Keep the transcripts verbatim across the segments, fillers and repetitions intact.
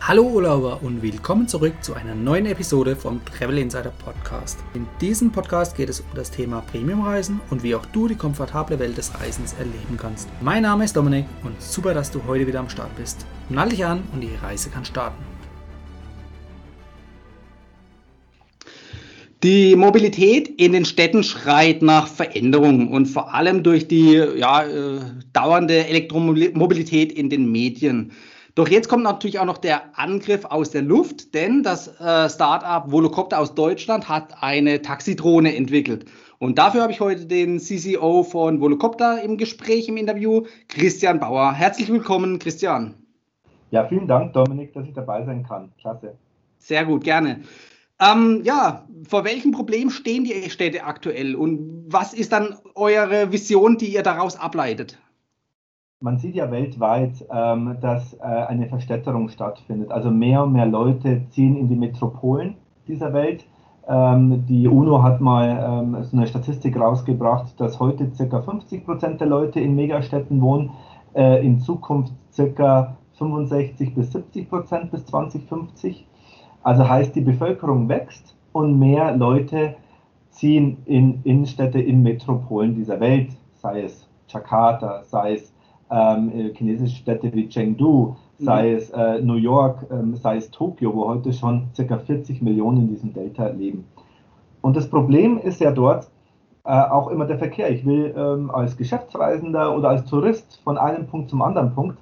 Hallo Urlauber und willkommen zurück zu einer neuen Episode vom Travel Insider Podcast. In diesem Podcast geht es um das Thema Premiumreisen und wie auch du die komfortable Welt des Reisens erleben kannst. Mein Name ist Dominik und super, dass du heute wieder am Start bist. Nall dich an und die Reise kann starten. Die Mobilität in den Städten schreit nach Veränderung und vor allem durch die ja, äh, dauernde Elektromobilität in den Medien. Doch jetzt kommt natürlich auch noch der Angriff aus der Luft, denn das äh, Startup Volocopter aus Deutschland hat eine Taxidrohne entwickelt. Und dafür habe ich heute den C C O von Volocopter im Gespräch, im Interview, Christian Bauer. Herzlich willkommen, Christian. Ja, vielen Dank, Dominik, dass ich dabei sein kann. Klasse. Sehr gut, gerne. Ähm, ja, vor welchem Problem stehen die Städte aktuell und was ist dann eure Vision, die ihr daraus ableitet? Man sieht ja weltweit, ähm, dass äh, eine Verstädterung stattfindet. Also mehr und mehr Leute ziehen in die Metropolen dieser Welt. Ähm, die UNO hat mal ähm, so eine Statistik rausgebracht, dass heute ca. fünfzig Prozent der Leute in Megastädten wohnen, äh, in Zukunft ca. fünfundsechzig bis siebzig Prozent bis zweitausendfünfzig. Also heißt, die Bevölkerung wächst und mehr Leute ziehen in Innenstädte, in Metropolen dieser Welt, sei es Jakarta, sei es ähm, chinesische Städte wie Chengdu, sei mhm. es äh, New York, ähm, sei es Tokio, wo heute schon ca. vierzig Millionen in diesem Delta leben. Und das Problem ist ja dort äh, auch immer der Verkehr. Ich will ähm, als Geschäftsreisender oder als Tourist von einem Punkt zum anderen Punkt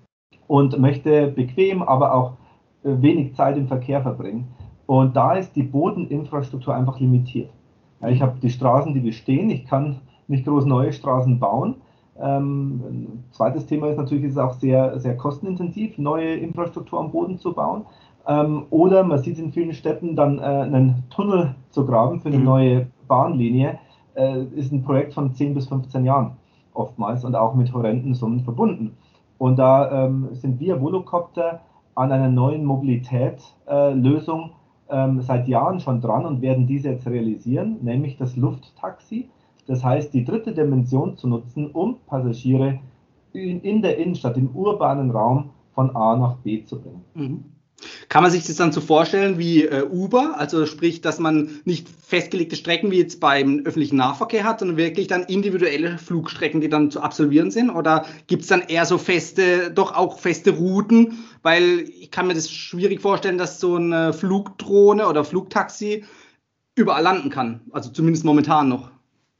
und möchte bequem, aber auch äh, wenig Zeit im Verkehr verbringen. Und da ist die Bodeninfrastruktur einfach limitiert. Ja, ich habe die Straßen, die bestehen, ich kann nicht groß neue Straßen bauen. Ähm, ein zweites Thema ist natürlich, ist es auch sehr, sehr kostenintensiv, neue Infrastruktur am Boden zu bauen. Ähm, oder man sieht in vielen Städten dann äh, einen Tunnel zu graben für eine mhm. neue Bahnlinie, äh, ist ein Projekt von zehn bis fünfzehn Jahren oftmals und auch mit horrenden Summen verbunden. Und da ähm, sind wir Volocopter an einer neuen Mobilitätslösung äh, ähm, seit Jahren schon dran und werden diese jetzt realisieren, nämlich das Lufttaxi. Das heißt, die dritte Dimension zu nutzen, um Passagiere in, in der Innenstadt, im urbanen Raum von A nach B zu bringen. Mhm. Kann man sich das dann so vorstellen wie äh, Uber, also sprich, dass man nicht festgelegte Strecken wie jetzt beim öffentlichen Nahverkehr hat, sondern wirklich dann individuelle Flugstrecken, die dann zu absolvieren sind? Oder gibt es dann eher so feste, doch auch feste Routen? Weil ich kann mir das schwierig vorstellen, dass so eine Flugdrohne oder Flugtaxi überall landen kann, also zumindest momentan noch.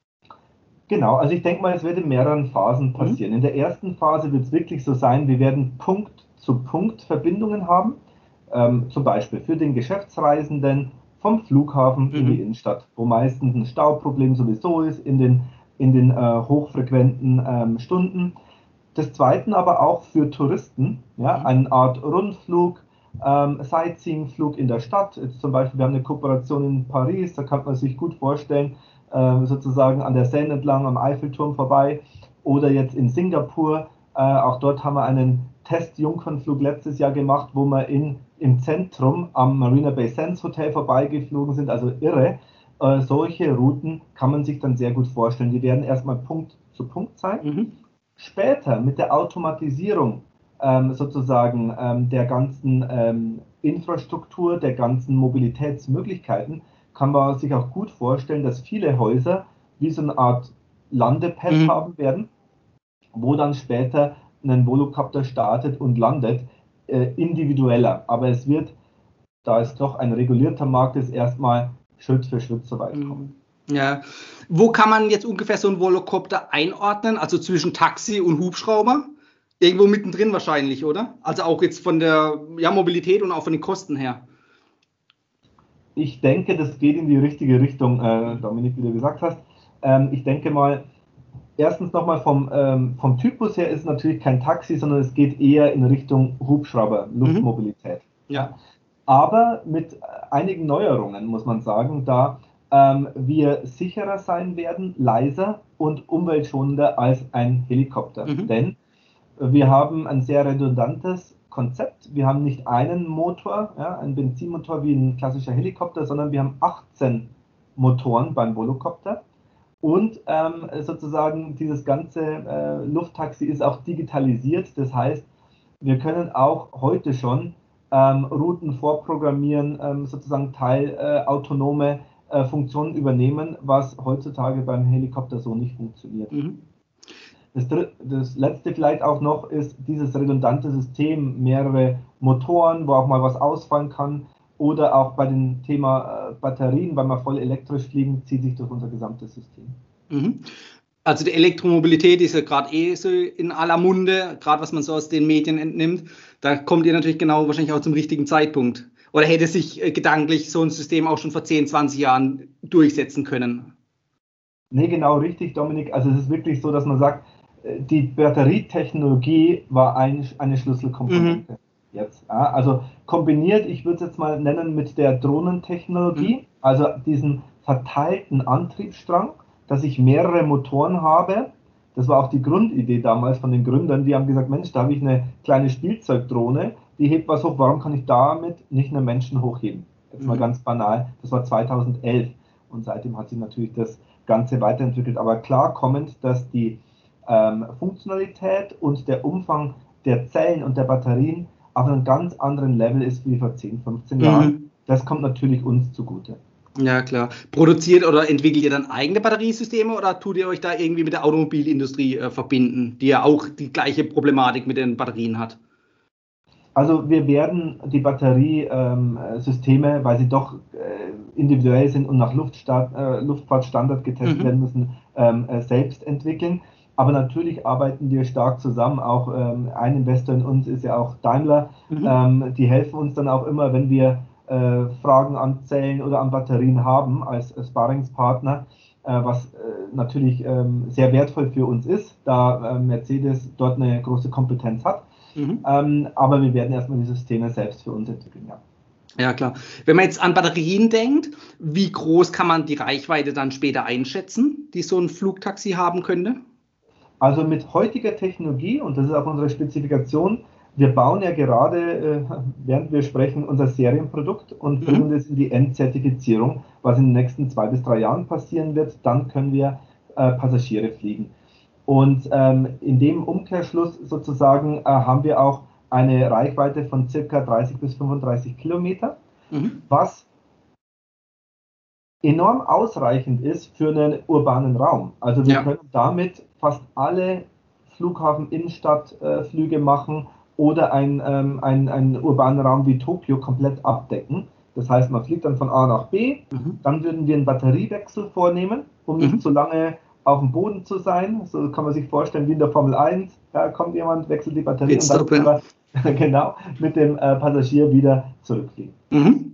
Genau, also ich denke mal, es wird in mehreren Phasen passieren. Mhm. In der ersten Phase wird es wirklich so sein, wir werden Punkt-zu-Punkt-Verbindungen haben, ähm, zum Beispiel für den Geschäftsreisenden vom Flughafen mhm. in die Innenstadt, wo meistens ein Stauproblem sowieso ist in den, in den äh, hochfrequenten ähm, Stunden. Des Zweiten aber auch für Touristen, ja, mhm. eine Art Rundflug, ähm, Sightseeing-Flug in der Stadt. Jetzt zum Beispiel, wir haben eine Kooperation in Paris, da kann man sich gut vorstellen, sozusagen an der Seine entlang, am Eiffelturm vorbei, oder jetzt in Singapur, äh, auch dort haben wir einen Test-Jungfernflug letztes Jahr gemacht, wo wir in, im Zentrum am Marina Bay Sands Hotel vorbeigeflogen sind, also irre. Äh, solche Routen kann man sich dann sehr gut vorstellen, die werden erstmal Punkt zu Punkt sein. Mhm. Später mit der Automatisierung ähm, sozusagen ähm, der ganzen ähm, Infrastruktur, der ganzen Mobilitätsmöglichkeiten, kann man sich auch gut vorstellen, dass viele Häuser wie so eine Art Landepad mhm. haben werden, wo dann später ein Volocopter startet und landet, äh, individueller. Aber es wird, da es doch ein regulierter Markt ist, erstmal Schritt für Schritt so weit kommen. Ja. Wo kann man jetzt ungefähr so einen Volocopter einordnen? Also zwischen Taxi und Hubschrauber? Irgendwo mittendrin wahrscheinlich, oder? Also auch jetzt von der ja, Mobilität und auch von den Kosten her. Ich denke, das geht in die richtige Richtung, äh, Dominik, wie du gesagt hast. Ähm, ich denke mal, erstens nochmal vom, ähm, vom Typus her ist es natürlich kein Taxi, sondern es geht eher in Richtung Hubschrauber, Luftmobilität. Mhm. Ja. Aber mit einigen Neuerungen, muss man sagen, da ähm, wir sicherer sein werden, leiser und umweltschonender als ein Helikopter. Mhm. Denn wir haben ein sehr redundantes Konzept. Wir haben nicht einen Motor, ja, einen Benzinmotor wie ein klassischer Helikopter, sondern wir haben achtzehn Motoren beim Volocopter. Und ähm, sozusagen dieses ganze äh, Lufttaxi ist auch digitalisiert. Das heißt, wir können auch heute schon ähm, Routen vorprogrammieren, ähm, sozusagen teilautonome äh, äh, Funktionen übernehmen, was heutzutage beim Helikopter so nicht funktioniert. Mhm. Das, das letzte vielleicht auch noch ist dieses redundante System, mehrere Motoren, wo auch mal was ausfallen kann, oder auch bei dem Thema äh, Batterien, weil wir voll elektrisch fliegen, zieht sich durch unser gesamtes System. Mhm. Also die Elektromobilität ist ja gerade eh so in aller Munde, gerade was man so aus den Medien entnimmt. Da kommt ihr natürlich genau wahrscheinlich auch zum richtigen Zeitpunkt. Oder hätte sich äh, gedanklich so ein System auch schon vor zehn, zwanzig Jahren durchsetzen können? Nee, genau richtig, Dominik. Also es ist wirklich so, dass man sagt, die Batterietechnologie war ein, eine Schlüsselkomponente. Mhm. Jetzt. Ja, also kombiniert, ich würde es jetzt mal nennen, mit der Drohnentechnologie, Mhm. also diesen verteilten Antriebsstrang, dass ich mehrere Motoren habe. Das war auch die Grundidee damals von den Gründern. Die haben gesagt, Mensch, da habe ich eine kleine Spielzeugdrohne, die hebt was hoch, warum kann ich damit nicht einen Menschen hochheben? Jetzt Mhm. mal ganz banal, das war zweitausendelf und seitdem hat sich natürlich das Ganze weiterentwickelt. Aber klar kommend, dass die ähm, Funktionalität und der Umfang der Zellen und der Batterien auf einem ganz anderen Level ist wie vor zehn, fünfzehn Jahren. Mhm. Das kommt natürlich uns zugute. Ja, klar. Produziert oder entwickelt ihr dann eigene Batteriesysteme oder tut ihr euch da irgendwie mit der Automobilindustrie äh, verbinden, die ja auch die gleiche Problematik mit den Batterien hat? Also wir werden die Batteriesysteme, ähm, weil sie doch äh, individuell sind und nach Luftstaat, äh, Luftfahrtstandard getestet Mhm. werden müssen, ähm, äh, selbst entwickeln. Aber natürlich arbeiten wir stark zusammen. Auch ähm, ein Investor in uns ist ja auch Daimler. Mhm. Ähm, die helfen uns dann auch immer, wenn wir äh, Fragen an Zellen oder an Batterien haben als Sparringspartner, äh, was äh, natürlich ähm, sehr wertvoll für uns ist, da äh, Mercedes dort eine große Kompetenz hat. Mhm. Ähm, aber wir werden erstmal die Systeme selbst für uns entwickeln, ja. Ja, klar. Wenn man jetzt an Batterien denkt, wie groß kann man die Reichweite dann später einschätzen, die so ein Flugtaxi haben könnte? Also mit heutiger Technologie, und das ist auch unsere Spezifikation, wir bauen ja gerade, äh, während wir sprechen, unser Serienprodukt und bringen Mhm. das in die Endzertifizierung, was in den nächsten zwei bis drei Jahren passieren wird. Dann können wir äh, Passagiere fliegen. Und ähm, in dem Umkehrschluss sozusagen äh, haben wir auch eine Reichweite von circa dreißig bis fünfunddreißig Kilometer, Mhm. was enorm ausreichend ist für einen urbanen Raum. Also wir Ja. können damit fast alle Flughafen-Innenstadtflüge machen oder ein, ähm, ein, einen urbanen Raum wie Tokio komplett abdecken. Das heißt, man fliegt dann von A nach B, Mhm. dann würden wir einen Batteriewechsel vornehmen, um nicht Mhm. zu lange auf dem Boden zu sein. So kann man sich vorstellen wie in der Formel eins. Da kommt jemand, wechselt die Batterie und dann Pitstop, ja. können wir genau mit dem äh, Passagier wieder zurückfliegen. Mhm.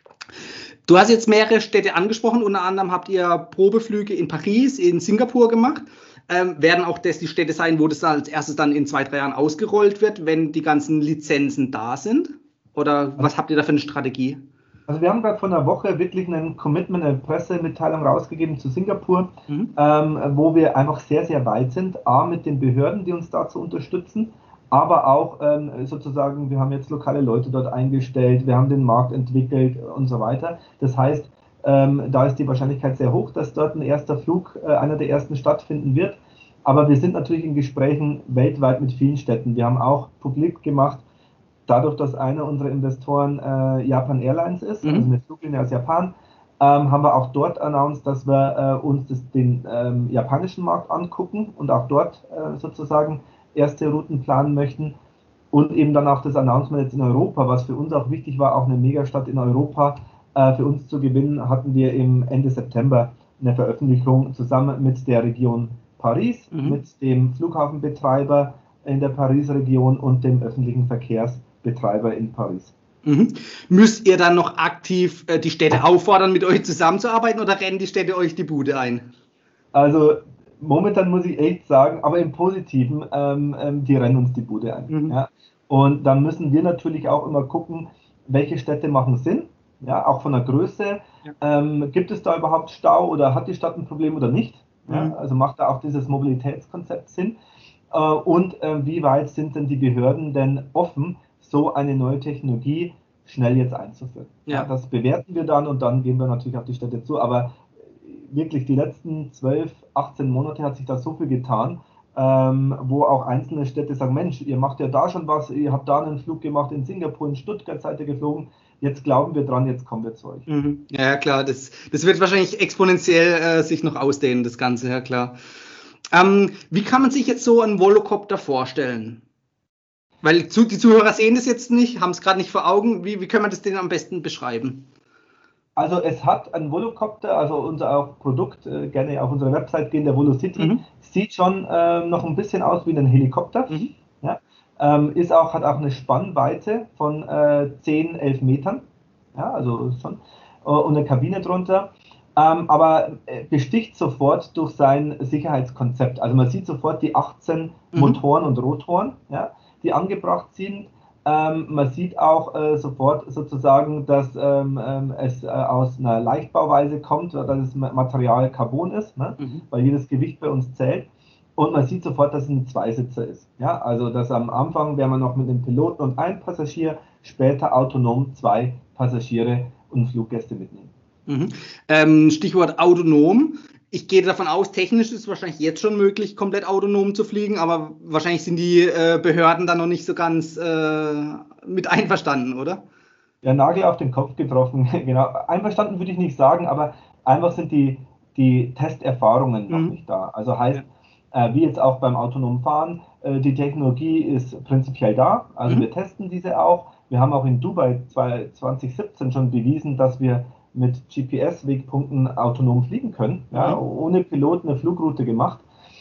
Du hast jetzt mehrere Städte angesprochen, unter anderem habt ihr Probeflüge in Paris, in Singapur gemacht. Ähm, werden auch das die Städte sein, wo das dann als erstes dann in zwei, drei Jahren ausgerollt wird, wenn die ganzen Lizenzen da sind? Oder was habt ihr da für eine Strategie? Also wir haben gerade vor einer Woche wirklich ein Commitment, eine Pressemitteilung rausgegeben zu Singapur, Mhm. ähm, wo wir einfach sehr, sehr weit sind. A, mit den Behörden, die uns dazu unterstützen, aber auch ähm, sozusagen, wir haben jetzt lokale Leute dort eingestellt, wir haben den Markt entwickelt und so weiter. Das heißt, ähm, da ist die Wahrscheinlichkeit sehr hoch, dass dort ein erster Flug, äh, einer der ersten stattfinden wird. Aber wir sind natürlich in Gesprächen weltweit mit vielen Städten. Wir haben auch publik gemacht, dadurch, dass einer unserer Investoren äh, Japan Airlines ist, Mhm. also eine Fluglinie aus Japan, ähm, haben wir auch dort announced, dass wir äh, uns das, den ähm, japanischen Markt angucken und auch dort äh, sozusagen erste Routen planen möchten. Und eben dann auch das Announcement jetzt in Europa, was für uns auch wichtig war, auch eine Megastadt in Europa äh, für uns zu gewinnen, hatten wir im Ende September eine Veröffentlichung zusammen mit der Region Paris, Mhm. mit dem Flughafenbetreiber in der Paris-Region und dem öffentlichen Verkehrsbetreiber in Paris. Mhm. Müsst ihr dann noch aktiv äh, die Städte auffordern, mit euch zusammenzuarbeiten oder rennen die Städte euch die Bude ein? Also momentan muss ich echt sagen, aber im Positiven, ähm, ähm, die rennen uns die Bude ein. Mhm. Ja? Und dann müssen wir natürlich auch immer gucken, welche Städte machen Sinn, ja, auch von der Größe. Ja. Ähm, gibt es da überhaupt Stau oder hat die Stadt ein Problem oder nicht? Ja? Mhm. Also macht da auch dieses Mobilitätskonzept Sinn? Äh, und äh, wie weit sind denn die Behörden denn offen, so eine neue Technologie schnell jetzt einzuführen? Ja. Ja, das bewerten wir dann und dann gehen wir natürlich auf die Städte zu. Aber wirklich die letzten zwölf, achtzehn Monate hat sich da so viel getan, ähm, wo auch einzelne Städte sagen, Mensch, ihr macht ja da schon was, ihr habt da einen Flug gemacht in Singapur, in Stuttgart seid ihr geflogen, jetzt glauben wir dran, jetzt kommen wir zu euch. Mhm. Ja, klar, das, das wird wahrscheinlich exponentiell äh, sich noch ausdehnen, das Ganze, ja klar. Ähm, wie kann man sich jetzt so einen Volocopter vorstellen? Weil zu, die Zuhörer sehen das jetzt nicht, haben es gerade nicht vor Augen. Wie, wie können wir das denen am besten beschreiben? Also es hat ein Volocopter, also unser auch Produkt, äh, gerne auf unsere Website gehen, der Volocity, mhm. sieht schon äh, noch ein bisschen aus wie ein Helikopter. Mhm. Ja? Ähm, ist auch, hat auch eine Spannweite von äh, zehn, elf Metern, ja, also schon, äh, und eine Kabine drunter. Ähm, aber äh, besticht sofort durch sein Sicherheitskonzept. Also man sieht sofort die achtzehn mhm. Motoren und Rotoren, ja, die angebracht sind. Ähm, man sieht auch äh, sofort sozusagen, dass ähm, ähm, es äh, aus einer Leichtbauweise kommt, dass das Material Carbon ist, ne? mhm. weil jedes Gewicht bei uns zählt. Und man sieht sofort, dass es ein Zweisitzer ist. Ja? Also dass am Anfang wäre man noch mit einem Piloten und einem Passagier, später autonom zwei Passagiere und Fluggäste mitnehmen. Mhm. Ähm, Stichwort autonom. Ich gehe davon aus, technisch ist es wahrscheinlich jetzt schon möglich, komplett autonom zu fliegen, aber wahrscheinlich sind die äh, Behörden da noch nicht so ganz äh, mit einverstanden, oder? Ja, Nagel auf den Kopf getroffen, genau. Einverstanden würde ich nicht sagen, aber einfach sind die, die Testerfahrungen noch mhm. nicht da. Also heißt, ja. äh, wie jetzt auch beim autonomen Fahren, äh, die Technologie ist prinzipiell da, also mhm. wir testen diese auch. Wir haben auch in Dubai zwanzig siebzehn schon bewiesen, dass wir mit G P S-Wegpunkten autonom fliegen können, ja, mhm. ohne Pilot eine Flugroute gemacht.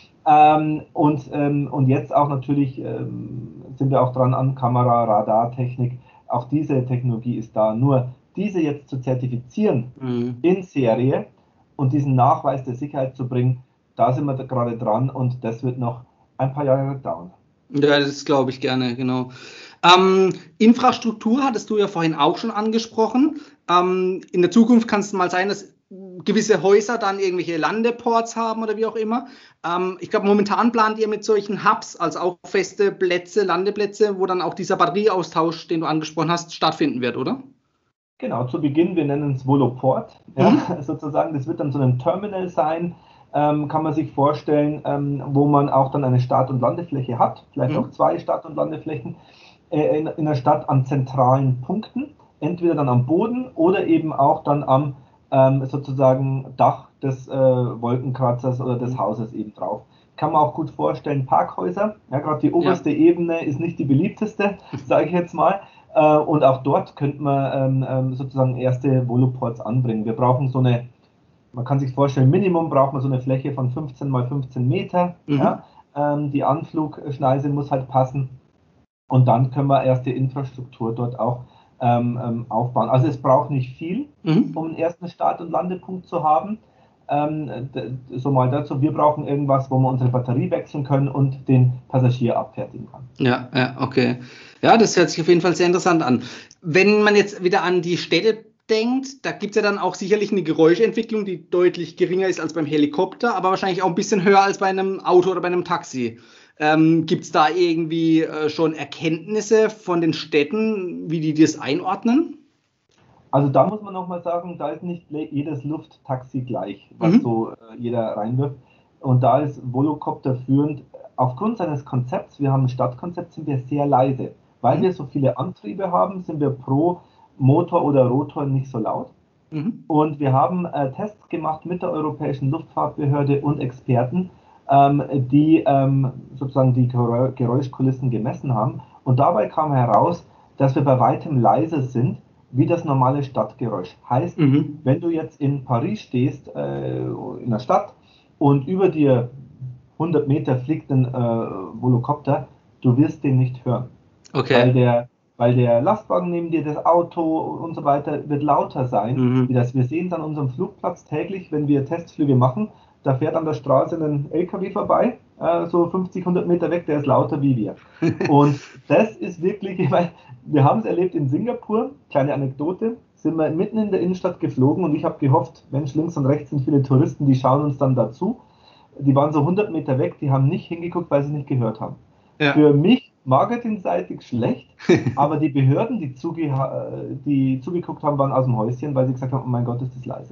Ähm, und, ähm, und jetzt auch natürlich ähm, sind wir auch dran an Kamera, Radartechnik. Auch diese Technologie ist da. Nur diese jetzt zu zertifizieren mhm. in Serie und diesen Nachweis der Sicherheit zu bringen, da sind wir da gerade dran und das wird noch ein paar Jahre dauern. Ja, das glaube ich gerne, genau. Ähm, Infrastruktur hattest du ja vorhin auch schon angesprochen. Ähm, in der Zukunft kann es mal sein, dass gewisse Häuser dann irgendwelche Landeports haben oder wie auch immer. Ähm, ich glaube, momentan plant ihr mit solchen Hubs, also auch feste Plätze, Landeplätze, wo dann auch dieser Batterieaustausch, den du angesprochen hast, stattfinden wird, oder? Genau, zu Beginn, wir nennen es Voloport, ja, mhm. sozusagen. Das wird dann so ein Terminal sein, ähm, kann man sich vorstellen, ähm, wo man auch dann eine Start- und Landefläche hat, vielleicht mhm. auch zwei Start- und Landeflächen äh, in, in der Stadt an zentralen Punkten, entweder dann am Boden oder eben auch dann am ähm, sozusagen Dach des äh, Wolkenkratzers oder des Hauses eben drauf. Kann man auch gut vorstellen, Parkhäuser, ja, gerade die oberste ja. Ebene ist nicht die beliebteste, sage ich jetzt mal. Uh, und auch dort könnte man ähm, ähm, sozusagen erste Voloports anbringen. Wir brauchen so eine, man kann sich vorstellen, Minimum braucht man so eine Fläche von fünfzehn mal fünfzehn Meter. Mhm. Ja? Ähm, die Anflugschneise muss halt passen. Und dann können wir erste Infrastruktur dort auch ähm, ähm, aufbauen. Also es braucht nicht viel, mhm. um einen ersten Start- und Landepunkt zu haben. Ähm, so mal dazu, wir brauchen irgendwas, wo wir unsere Batterie wechseln können und den Passagier abfertigen kann. Ja, ja, okay. Ja, das hört sich auf jeden Fall sehr interessant an. Wenn man jetzt wieder an die Städte denkt, da gibt es ja dann auch sicherlich eine Geräuschentwicklung, die deutlich geringer ist als beim Helikopter, aber wahrscheinlich auch ein bisschen höher als bei einem Auto oder bei einem Taxi. Ähm, gibt es da irgendwie äh, schon Erkenntnisse von den Städten, wie die das einordnen? Also da muss man nochmal sagen, da ist nicht jedes Lufttaxi gleich, was mhm. so äh, jeder reinwirft. Und da ist Volocopter führend. Aufgrund seines Konzepts, wir haben ein Stadtkonzept, sind wir sehr leise. Weil mhm. wir so viele Antriebe haben, sind wir pro Motor oder Rotor nicht so laut. Mhm. Und wir haben äh, Tests gemacht mit der Europäischen Luftfahrtbehörde und Experten, ähm, die ähm, sozusagen die Geräuschkulissen gemessen haben. Und dabei kam heraus, dass wir bei weitem leiser sind wie das normale Stadtgeräusch. Heißt, mhm. wenn du jetzt in Paris stehst, äh, in der Stadt, und über dir hundert Meter fliegt ein äh, Volocopter, du wirst den nicht hören. Okay. Weil der, weil der Lastwagen neben dir, das Auto und so weiter, wird lauter sein. Mhm. Wie das. Wir sehen es an unserem Flugplatz täglich, wenn wir Testflüge machen, da fährt an der Straße ein L K W vorbei, äh, so fünfzig, hundert Meter weg, der ist lauter wie wir. Und das ist wirklich, ich meine, wir haben es erlebt in Singapur, kleine Anekdote, sind wir mitten in der Innenstadt geflogen und ich habe gehofft, Mensch, links und rechts sind viele Touristen, die schauen uns dann dazu. Die waren so hundert Meter weg, die haben nicht hingeguckt, weil sie es nicht gehört haben. Ja. Für mich marketingseitig schlecht, aber die Behörden, die, zuge die zugeguckt haben, waren aus dem Häuschen, weil sie gesagt haben, oh mein Gott, ist das leise.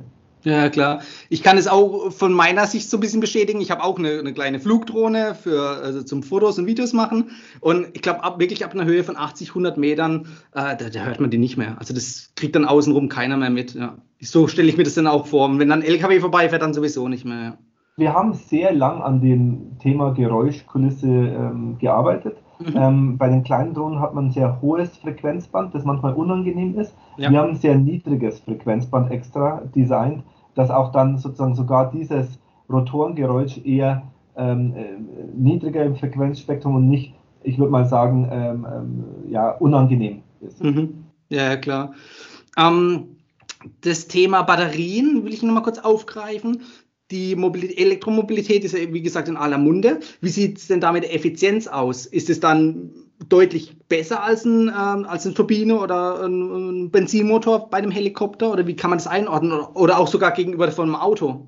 Ja, klar. Ich kann es auch von meiner Sicht so ein bisschen bestätigen. Ich habe auch eine, eine kleine Flugdrohne für, also zum Fotos und Videos machen. Und ich glaube, ab, wirklich ab einer Höhe von achtzig, hundert Metern, äh, da, da hört man die nicht mehr. Also das kriegt dann außenrum keiner mehr mit. Ja. So stelle ich mir das dann auch vor. Und wenn dann ein L K W vorbeifährt, dann sowieso nicht mehr. Ja. Wir haben sehr lang an dem Thema Geräuschkulisse ähm, gearbeitet. Mhm. Ähm, bei den kleinen Drohnen hat man ein sehr hohes Frequenzband, das manchmal unangenehm ist. Ja. Wir haben ein sehr niedriges Frequenzband extra designt, dass auch dann sozusagen sogar dieses Rotorengeräusch eher ähm, äh, niedriger im Frequenzspektrum und nicht, ich würde mal sagen, ähm, ähm, ja, unangenehm ist. Mhm. Ja, klar. Ähm, das Thema Batterien will ich noch mal kurz aufgreifen. Die Mobilität, Elektromobilität ist ja, wie gesagt, in aller Munde. Wie sieht es denn da mit der Effizienz aus? Ist es dann deutlich besser als, ein, ähm, als eine Turbine oder ein, ein Benzinmotor bei einem Helikopter? Oder wie kann man das einordnen? Oder, oder auch sogar gegenüber von einem Auto?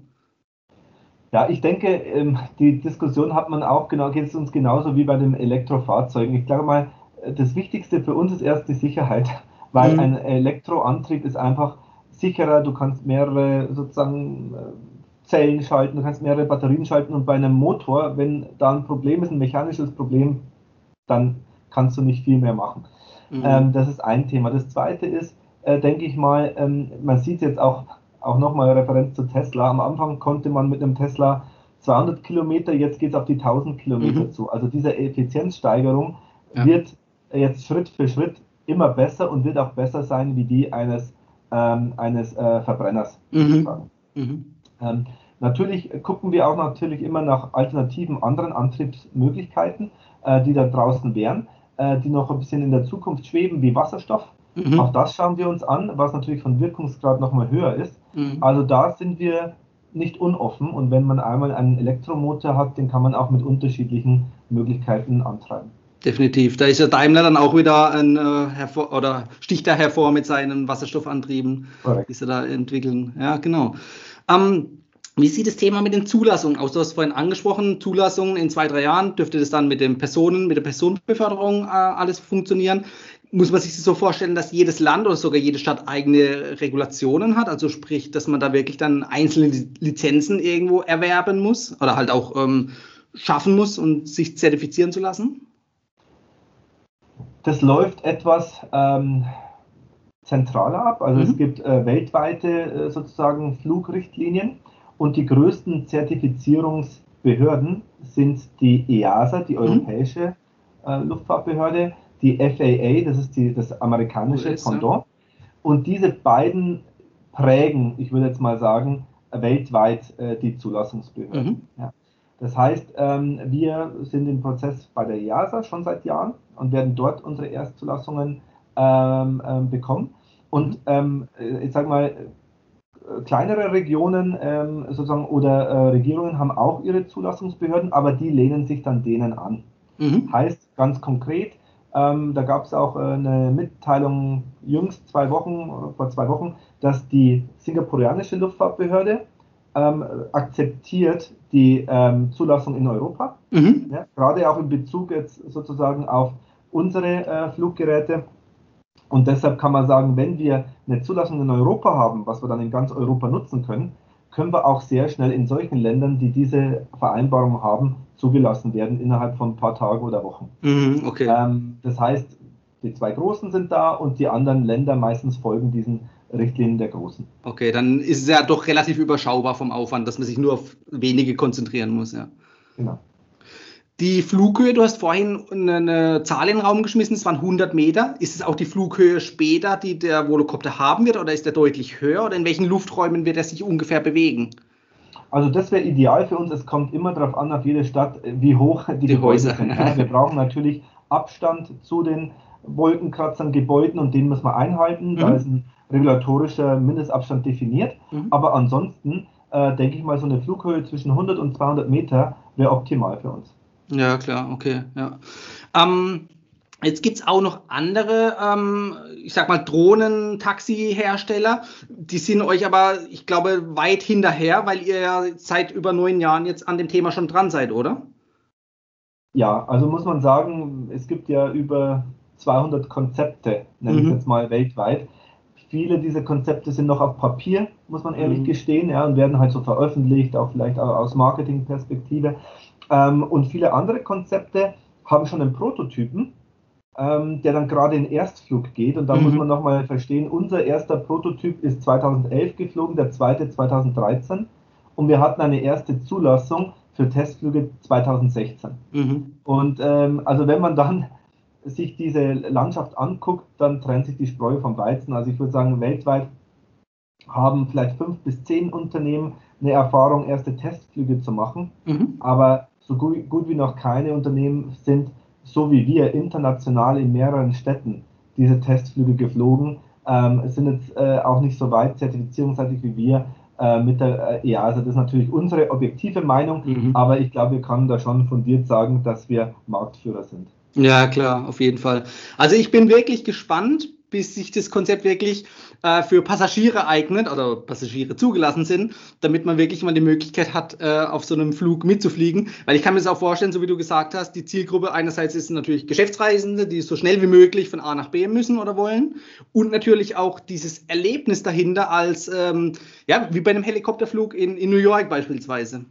Ja, ich denke, die Diskussion hat man auch, genau, geht es uns genauso wie bei den Elektrofahrzeugen. Ich glaube mal, das Wichtigste für uns ist erst die Sicherheit, weil mhm. ein Elektroantrieb ist einfach sicherer, du kannst mehrere sozusagen Zellen schalten, du kannst mehrere Batterien schalten und bei einem Motor, wenn da ein Problem ist, ein mechanisches Problem, dann kannst du nicht viel mehr machen. Mhm. Ähm, das ist ein Thema. Das zweite ist, äh, denke ich mal, ähm, man sieht jetzt auch, auch nochmal Referenz zu Tesla. Am Anfang konnte man mit einem Tesla zweihundert Kilometer, jetzt geht es auf die tausend Kilometer mhm. zu. Also diese Effizienzsteigerung ja. wird jetzt Schritt für Schritt immer besser und wird auch besser sein wie die eines, ähm, eines äh, Verbrenners. Mhm. Mhm. Ähm, natürlich gucken wir auch natürlich immer nach alternativen anderen Antriebsmöglichkeiten, äh, die da draußen wären, äh, die noch ein bisschen in der Zukunft schweben, wie Wasserstoff. Mhm. Auch das schauen wir uns an, was natürlich von Wirkungsgrad nochmal höher ist. Mhm. Also da sind wir nicht unoffen und wenn man einmal einen Elektromotor hat, den kann man auch mit unterschiedlichen Möglichkeiten antreiben. Definitiv. Da ist ja Daimler dann auch wieder ein äh, hervor oder sticht da hervor mit seinen Wasserstoffantrieben, Correct. Die sie da entwickeln. Ja, genau. Ähm, wie sieht das Thema mit den Zulassungen aus? Du hast vorhin angesprochen, Zulassungen in zwei, drei Jahren dürfte das dann mit den Personen, mit der Personenbeförderung äh, alles funktionieren. Muss man sich das so vorstellen, dass jedes Land oder sogar jede Stadt eigene Regulationen hat? Also sprich, dass man da wirklich dann einzelne Lizenzen irgendwo erwerben muss oder halt auch ähm, schaffen muss und sich zertifizieren zu lassen? Das läuft etwas ähm, zentraler ab. Also mhm. es gibt äh, weltweite äh, sozusagen Flugrichtlinien und die größten Zertifizierungsbehörden sind die E A S A, die Europäische mhm. äh, Luftfahrtbehörde, die F A A, das ist die, das amerikanische U S, Pendant. Ja. Und diese beiden prägen, ich würde jetzt mal sagen, weltweit äh, die Zulassungsbehörden. Mhm. Ja. Das heißt, ähm, wir sind im Prozess bei der E A S A schon seit Jahren und werden dort unsere Erstzulassungen ähm, ähm, bekommen. Und ähm, ich sage mal, kleinere Regionen ähm, sozusagen oder äh, Regierungen haben auch ihre Zulassungsbehörden, aber die lehnen sich dann denen an. Mhm. Heißt ganz konkret, ähm, da gab es auch äh, eine Mitteilung jüngst zwei Wochen, vor zwei Wochen, dass die singapurianische Luftfahrtbehörde ähm, akzeptiert die ähm, Zulassung in Europa, mhm. ja, gerade auch in Bezug jetzt sozusagen auf unsere äh, Fluggeräte. Und deshalb kann man sagen, wenn wir eine Zulassung in Europa haben, was wir dann in ganz Europa nutzen können, können wir auch sehr schnell in solchen Ländern, die diese Vereinbarung haben, zugelassen werden innerhalb von ein paar Tagen oder Wochen. Mhm, okay. Ähm, das heißt, die zwei Großen sind da und die anderen Länder meistens folgen diesen Richtlinien der Großen. Okay, dann ist es ja doch relativ überschaubar vom Aufwand, dass man sich nur auf wenige konzentrieren muss. Ja. Genau. Die Flughöhe, du hast vorhin eine, eine Zahl in den Raum geschmissen, es waren hundert Meter. Ist es auch die Flughöhe später, die der Volocopter haben wird, oder ist der deutlich höher? Oder in welchen Lufträumen wird er sich ungefähr bewegen? Also das wäre ideal für uns. Es kommt immer darauf an, auf jede Stadt, wie hoch die, die Häuser sind. Ja, wir brauchen natürlich Abstand zu den Wolkenkratzern, Gebäuden und den müssen wir einhalten. Mhm. Da ist ein regulatorischer Mindestabstand definiert. Mhm. Aber ansonsten äh, denke ich mal, so eine Flughöhe zwischen hundert und zweihundert Meter wäre optimal für uns. Ja, klar, okay, ja. Ähm, jetzt gibt es auch noch andere, ähm, ich sag mal, Drohnen-Taxi-Hersteller. Die sind euch aber, ich glaube, weit hinterher, weil ihr ja seit über neun Jahren jetzt an dem Thema schon dran seid, oder? Ja, also muss man sagen, es gibt ja über zweihundert Konzepte, nenne ich mhm. jetzt mal weltweit. viele dieser Konzepte sind noch auf Papier, muss man ehrlich Mhm. gestehen, ja, und werden halt so veröffentlicht, auch vielleicht auch aus Marketingperspektive. Ähm, und viele andere Konzepte haben schon einen Prototypen, ähm, der dann gerade in Erstflug geht. Und da Mhm. muss man nochmal verstehen, unser erster Prototyp ist zweitausendelf geflogen, der zweite zweitausenddreizehn. Und wir hatten eine erste Zulassung für Testflüge zweitausendsechzehn. Mhm. Und ähm, also wenn man dann sich diese Landschaft anguckt, dann trennt sich die Spreu vom Weizen. Also ich würde sagen, weltweit haben vielleicht fünf bis zehn Unternehmen eine Erfahrung, erste Testflüge zu machen. Mhm. Aber so gut, gut wie noch keine Unternehmen sind, so wie wir, international in mehreren Städten diese Testflüge geflogen, ähm, sind jetzt äh, auch nicht so weit zertifizierungsseitig wie wir äh, mit der äh, E A S A. Das ist natürlich unsere objektive Meinung, Mhm. aber ich glaube, wir können da schon fundiert sagen, dass wir Marktführer sind. Ja, klar, auf jeden Fall. Also ich bin wirklich gespannt, bis sich das Konzept wirklich äh, für Passagiere eignet oder Passagiere zugelassen sind, damit man wirklich mal die Möglichkeit hat, äh, auf so einem Flug mitzufliegen. Weil ich kann mir das auch vorstellen, so wie du gesagt hast, die Zielgruppe einerseits ist natürlich Geschäftsreisende, die so schnell wie möglich von A nach B müssen oder wollen, und natürlich auch dieses Erlebnis dahinter als, ähm, ja, wie bei einem Helikopterflug in, in New York beispielsweise.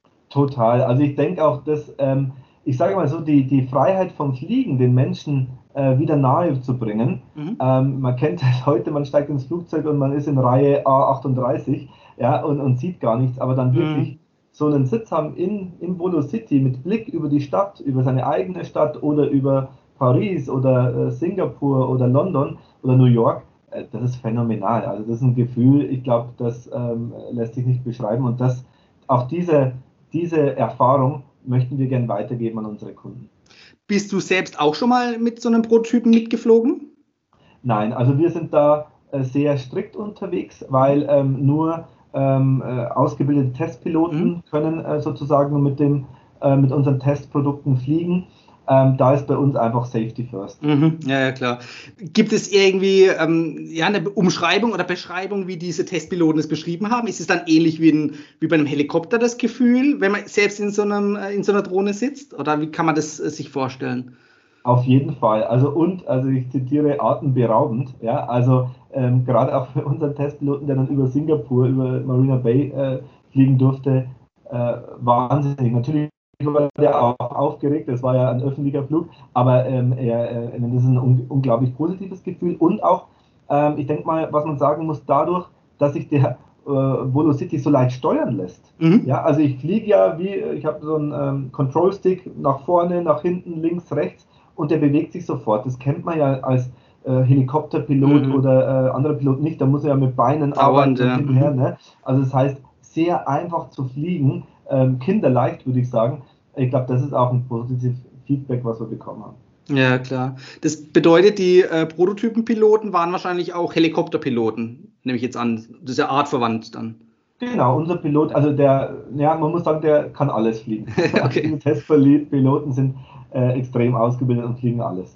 Total. Also ich denke auch, dass, ähm, ich sage mal so, die, die Freiheit vom Fliegen den Menschen äh, wieder nahe zu bringen. Mhm. Ähm, man kennt das heute, man steigt ins Flugzeug und man ist in Reihe A achtunddreißig, ja, und, und sieht gar nichts, aber dann wirklich Mhm. so einen Sitz haben in, in Volo City mit Blick über die Stadt, über seine eigene Stadt oder über Paris oder äh, Singapur oder London oder New York, äh, das ist phänomenal. Also das ist ein Gefühl, ich glaube, das ähm, lässt sich nicht beschreiben, und das, auch diese Diese Erfahrung möchten wir gerne weitergeben an unsere Kunden. Bist du selbst auch schon mal mit so einem Prototypen mitgeflogen? Nein, also wir sind da äh, sehr strikt unterwegs, weil ähm, nur ähm, äh, ausgebildete Testpiloten Mhm. können äh, sozusagen mit, dem, äh, mit unseren Testprodukten fliegen. Ähm, da ist bei uns einfach Safety First. Mhm. Ja, ja, klar. Gibt es irgendwie ähm, ja, eine Umschreibung oder Beschreibung, wie diese Testpiloten es beschrieben haben? Ist es dann ähnlich wie, ein, wie bei einem Helikopter das Gefühl, wenn man selbst in so, einem, äh, in so einer Drohne sitzt? Oder wie kann man das äh, sich vorstellen? Auf jeden Fall. Also und, also ich zitiere, atemberaubend. Ja, also ähm, gerade auch für unseren Testpiloten, der dann über Singapur, über Marina Bay äh, fliegen durfte, äh, wahnsinnig. Natürlich war der auch aufgeregt, das war ja ein öffentlicher Flug, aber ähm, er, äh, das ist ein un unglaublich positives Gefühl. Und auch, ähm, ich denke mal, was man sagen muss, dadurch, dass sich der äh, Volo City so leicht steuern lässt. Mhm. Ja, also ich fliege ja wie, ich habe so einen ähm, Control-Stick nach vorne, nach hinten, links, rechts, und der bewegt sich sofort. Das kennt man ja als äh, Helikopterpilot Mhm. oder äh, anderer Pilot nicht. Da muss er ja mit Beinen Dauernd, arbeiten und ja. hinterher. Mhm. Ne? Also das heißt, sehr einfach zu fliegen, ähm, kinderleicht, würde ich sagen. Ich glaube, das ist auch ein positives Feedback, was wir bekommen haben. Ja, klar. Das bedeutet, die äh, Prototypenpiloten waren wahrscheinlich auch Helikopterpiloten, nehme ich jetzt an. Das ist ja artverwandt dann. Genau, unser Pilot, also der, ja, man muss sagen, der kann alles fliegen. Also Okay. diese Testpiloten sind äh, extrem ausgebildet und fliegen alles.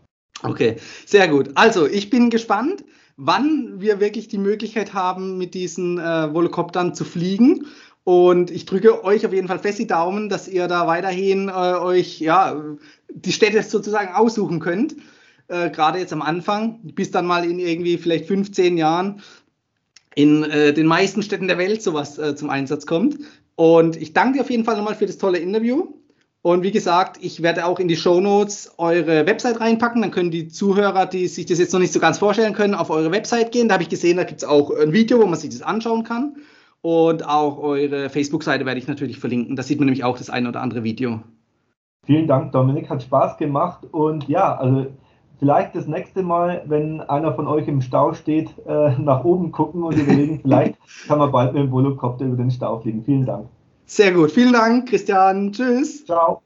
Okay, sehr gut. Also, ich bin gespannt, wann wir wirklich die Möglichkeit haben, mit diesen äh, Volocoptern zu fliegen. Und ich drücke euch auf jeden Fall fest die Daumen, dass ihr da weiterhin äh, euch ja, die Städte sozusagen aussuchen könnt. Äh, gerade jetzt am Anfang, bis dann mal in irgendwie vielleicht fünfzehn Jahren in äh, den meisten Städten der Welt sowas äh, zum Einsatz kommt. Und ich danke dir auf jeden Fall nochmal für das tolle Interview. Und wie gesagt, ich werde auch in die Shownotes eure Website reinpacken. Dann können die Zuhörer, die sich das jetzt noch nicht so ganz vorstellen können, auf eure Website gehen. Da habe ich gesehen, da gibt es auch ein Video, wo man sich das anschauen kann. Und auch eure Facebook-Seite werde ich natürlich verlinken. Da sieht man nämlich auch das ein oder andere Video. Vielen Dank, Dominik. Hat Spaß gemacht. Und ja, also vielleicht das nächste Mal, wenn einer von euch im Stau steht, äh, nach oben gucken und überlegen, vielleicht kann man bald mit dem Volocopter über den Stau fliegen. Vielen Dank. Sehr gut. Vielen Dank, Christian. Tschüss. Ciao.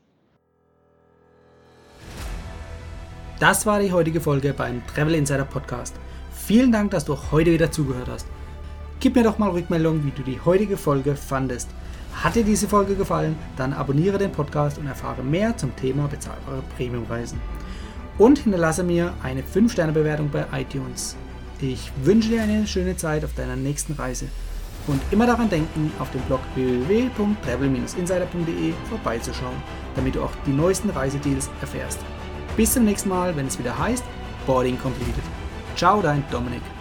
Das war die heutige Folge beim Travel Insider Podcast. Vielen Dank, dass du auch heute wieder zugehört hast. Gib mir doch mal Rückmeldung, wie du die heutige Folge fandest. Hat dir diese Folge gefallen, dann abonniere den Podcast und erfahre mehr zum Thema bezahlbare Premiumreisen. Und hinterlasse mir eine fünf Sterne Bewertung bei iTunes. Ich wünsche dir eine schöne Zeit auf deiner nächsten Reise. Und immer daran denken, auf dem Blog w w w punkt travel Bindestrich insider punkt de vorbeizuschauen, damit du auch die neuesten Reisedeals erfährst. Bis zum nächsten Mal, wenn es wieder heißt Boarding Completed. Ciao, dein Dominik.